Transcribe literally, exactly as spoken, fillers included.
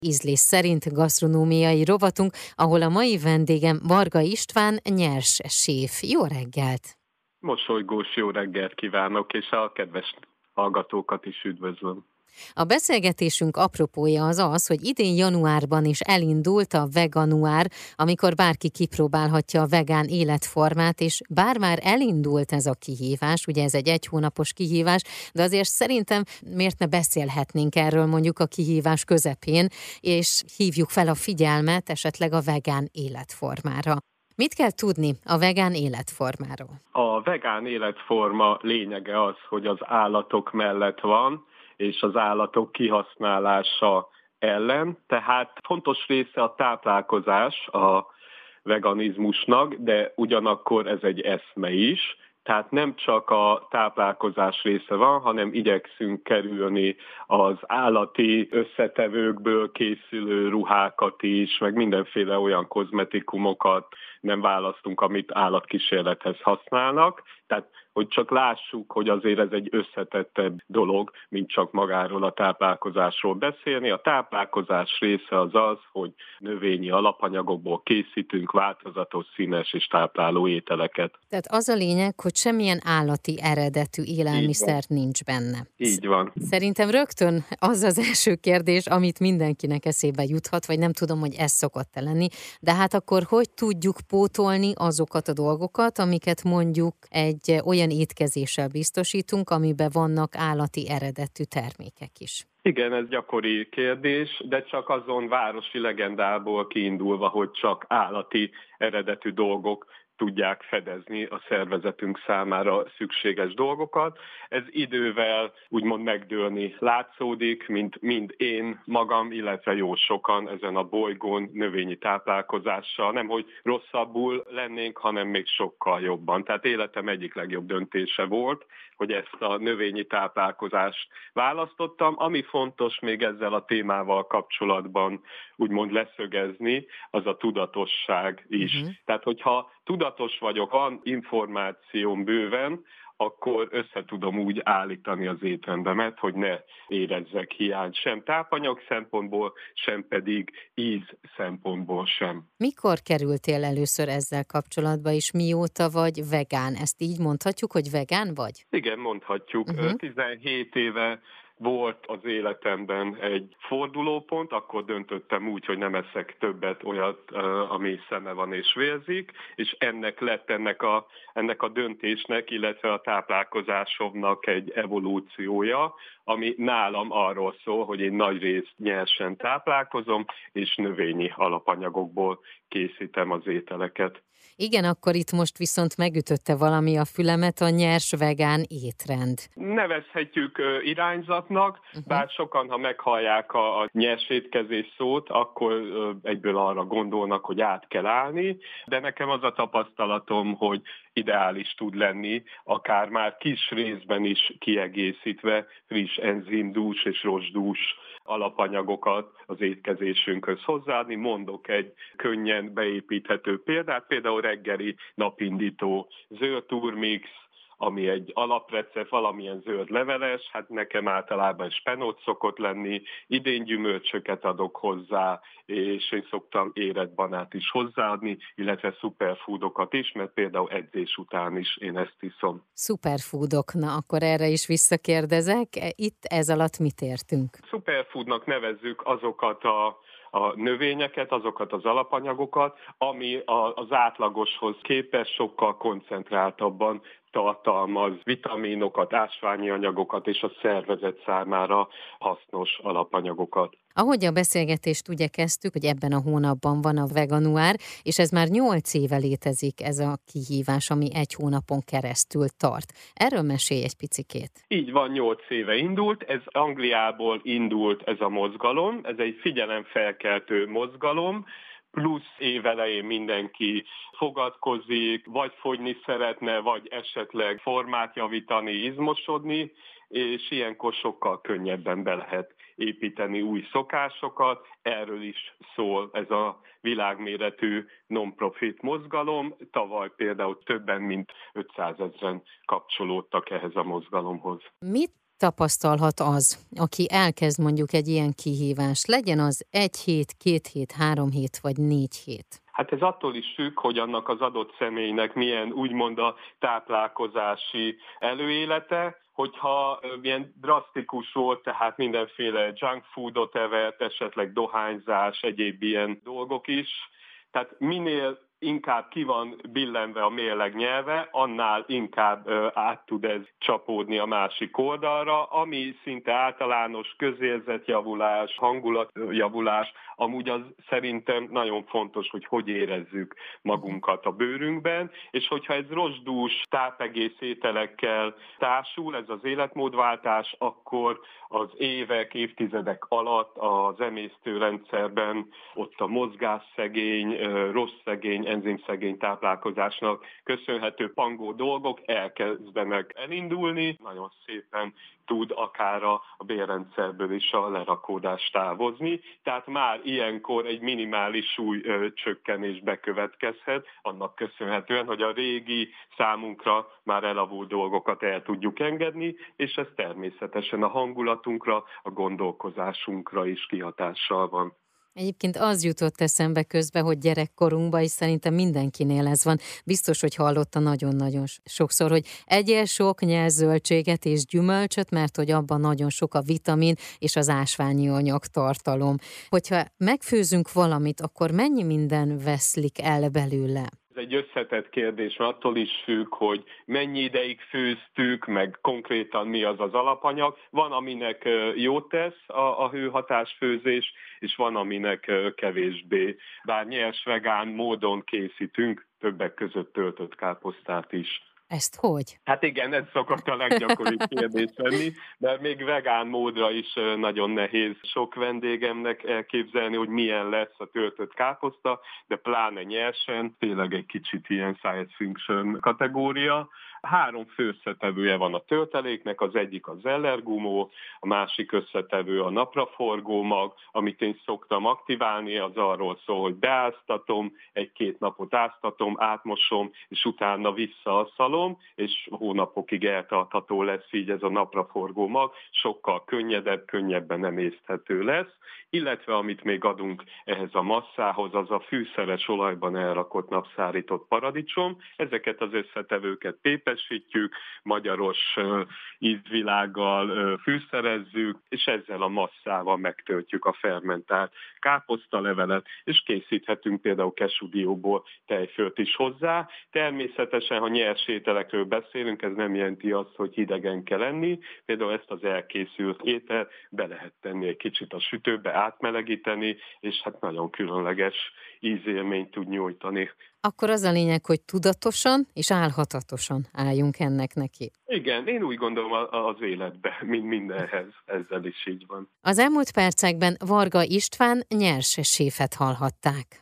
Ízlés szerint gasztronómiai rovatunk, ahol a mai vendégem Varga István nyers séf. Jó reggelt! Mosolygós jó reggelt kívánok, és a kedves hallgatókat is üdvözlöm. A beszélgetésünk apropója az az, hogy idén januárban is elindult a veganuár, amikor bárki kipróbálhatja a vegán életformát, és bár már elindult ez a kihívás, ugye ez egy egy hónapos kihívás, de azért szerintem miért ne beszélhetnénk erről mondjuk a kihívás közepén, és hívjuk fel a figyelmet esetleg a vegán életformára. Mit kell tudni a vegán életformáról? A vegán életforma lényege az, hogy az állatok mellett van, és az állatok kihasználása ellen, tehát fontos része a táplálkozás a veganizmusnak, de ugyanakkor ez egy eszme is, tehát nem csak a táplálkozás része van, hanem igyekszünk kerülni az állati összetevőkből készülő ruhákat is, meg mindenféle olyan kozmetikumokat nem választunk, amit állatkísérlethez használnak. Tehát, hogy csak lássuk, hogy azért ez egy összetettebb dolog, mint csak magáról a táplálkozásról beszélni. A táplálkozás része az az, hogy növényi alapanyagokból készítünk változatos, színes és tápláló ételeket. Tehát az a lényeg, hogy semmilyen állati eredetű élelmiszer nincs benne. Így van. Szerintem rögtön az az első kérdés, amit mindenkinek eszébe juthat, vagy nem tudom, hogy ez szokott-e lenni, de hát akkor hogy tudjuk pótolni azokat a dolgokat, amiket mondjuk egy olyan étkezéssel biztosítunk, amiben vannak állati eredetű termékek is? Igen, ez gyakori kérdés, de csak azon városi legendából kiindulva, hogy csak állati eredetű dolgok tudják fedezni a szervezetünk számára szükséges dolgokat. Ez idővel úgymond megdőlni látszódik, mint mind én magam, illetve jó sokan ezen a bolygón növényi táplálkozással. Nem, hogy rosszabbul lennénk, hanem még sokkal jobban. Tehát életem egyik legjobb döntése volt, hogy ezt a növényi táplálkozást választottam. Ami fontos még ezzel a témával kapcsolatban úgymond leszögezni, az a tudatosság is. Uh-huh. Tehát, hogyha tudatos vagyok, van információm bőven, akkor össze tudom úgy állítani az étrendemet, hogy ne érezzek hiányt sem tápanyag szempontból, sem pedig íz szempontból sem. Mikor kerültél először ezzel kapcsolatba, és mióta vagy vegán? Ezt így mondhatjuk, hogy vegán vagy? Igen, mondhatjuk. Uh-huh. tizenhét éve volt az életemben egy fordulópont, akkor döntöttem úgy, hogy nem eszek többet olyat, ami szeme van és vérzik, és ennek lett ennek a, ennek a döntésnek, illetve a táplálkozásomnak egy evolúciója, ami nálam arról szól, hogy én nagy részt nyersen táplálkozom, és növényi alapanyagokból készítem az ételeket. Igen, akkor itt most viszont megütötte valami a fülemet, a nyers vegán étrend. Nevezhetjük irányzatnak, uh-huh. bár sokan, ha meghallják a, a nyers étkezés szót, akkor egyből arra gondolnak, hogy át kell állni, de nekem az a tapasztalatom, hogy ideális tud lenni, akár már kis részben is kiegészítve friss enzimdús és rozsdús alapanyagokat az étkezésünkhöz hozzáadni. Mondok egy könnyen beépíthető példát, például reggeli napindító zöld turmix, ami egy alaprecept, valamilyen zöld leveles, hát nekem általában spenót szokott lenni, idén gyümölcsöket adok hozzá, és én szoktam érett banát is hozzáadni, illetve szuperfoodokat is, mert például edzés után is én ezt iszom. Szuperfoodok, na akkor erre is visszakérdezek, itt ez alatt mit értünk? Szuperfoodnak nevezzük azokat a a növényeket, azokat az alapanyagokat, ami az átlagoshoz képest sokkal koncentráltabban tartalmaz vitaminokat, ásványi anyagokat és a szervezet számára hasznos alapanyagokat. Ahogy a beszélgetést ugye kezdtük, hogy ebben a hónapban van a veganuár, és ez már nyolc éve létezik ez a kihívás, ami egy hónapon keresztül tart. Erről mesélj egy picikét. Így van, nyolc éve indult, ez Angliából indult ez a mozgalom, ez egy figyelemfelkeltő mozgalom, plusz évelején mindenki fogadkozik, vagy fogyni szeretne, vagy esetleg formát javítani, izmosodni, és ilyenkor sokkal könnyebben be lehet építeni új szokásokat. Erről is szól ez a világméretű non-profit mozgalom. Tavaly például többen mint ötszázezren kapcsolódtak ehhez a mozgalomhoz. Mit tapasztalhat az, aki elkezd mondjuk egy ilyen kihívást, legyen az egy hét, két hét, három hét vagy négy hét? Hát ez attól is függ, hogy annak az adott személynek milyen úgymond a táplálkozási előélete, hogyha ilyen drasztikus volt, tehát mindenféle junk foodot evett, esetleg dohányzás, egyéb ilyen dolgok is. Tehát minél inkább ki van billenve a mérleg nyelve, annál inkább át tud ez csapódni a másik oldalra, ami szinte általános közérzetjavulás, hangulatjavulás, amúgy az szerintem nagyon fontos, hogy hogy érezzük magunkat a bőrünkben, és hogyha ez rozsdús, tápegész ételekkel társul, ez az életmódváltás, akkor az évek, évtizedek alatt az emésztőrendszerben ott a mozgásszegény, rossz szegény, enzimszegény táplálkozásnak köszönhető pangó dolgok elkezdenek elindulni. Nagyon szépen tud akár a bélrendszerből is a lerakódás távozni. Tehát már ilyenkor egy minimális súlycsökkenés bekövetkezhet, annak köszönhetően, hogy a régi számunkra már elavult dolgokat el tudjuk engedni, és ez természetesen a hangulatunkra, a gondolkozásunkra is kihatással van. Egyébként az jutott eszembe közben, hogy gyerekkorunkban, és szerintem mindenkinél ez van. Biztos, hogy hallotta nagyon-nagyon sokszor, hogy egyél sok nyers zöldséget és gyümölcsöt, mert hogy abban nagyon sok a vitamin és az ásványi anyag tartalom. Hogyha megfőzünk valamit, akkor mennyi minden veszlik el belőle? Ez egy összetett kérdés, mert attól is függ, hogy mennyi ideig főztük, meg konkrétan mi az az alapanyag. Van, aminek jót tesz a, a hőhatás főzés, és van, aminek kevésbé. Bár nyers vegán módon készítünk többek között töltött káposztát is. Ezt hogy? Hát igen, ez szokott a leggyakoribb kérdés lenni, de még vegán módra is nagyon nehéz sok vendégemnek elképzelni, hogy milyen lesz a töltött káposzta, de pláne nyersen, tényleg egy kicsit ilyen science fiction kategória. Három fő összetevője van a tölteléknek, az egyik a zellergumó, a másik összetevő a napraforgó mag, amit én szoktam aktiválni, az arról szól, hogy beáztatom, egy-két napot áztatom, átmosom, és utána visszaszalom, és hónapokig eltartható lesz így ez a napraforgó mag, sokkal könnyedebb, könnyebben emészthető lesz, illetve amit még adunk ehhez a masszához, az a fűszeres olajban elrakott napszárított paradicsom. Ezeket az összetevőket pépesítjük, magyaros ízvilággal fűszerezzük, és ezzel a masszával megtöltjük a fermentált káposztalevelet, és készíthetünk például kesudióból tejfölt is hozzá. Természetesen, ha nyers ételekről beszélünk, ez nem jelenti azt, hogy hidegen kell enni. Például ezt az elkészült ételt be lehet tenni egy kicsit a sütőbe, átmelegíteni, és hát nagyon különleges ízélményt tud nyújtani. Akkor az a lényeg, hogy tudatosan és álhatatosan álljunk ennek neki. Igen, én úgy gondolom az életben, mint mindenhez, ezzel is így van. Az elmúlt percekben Varga István nyers séfet hallhatták.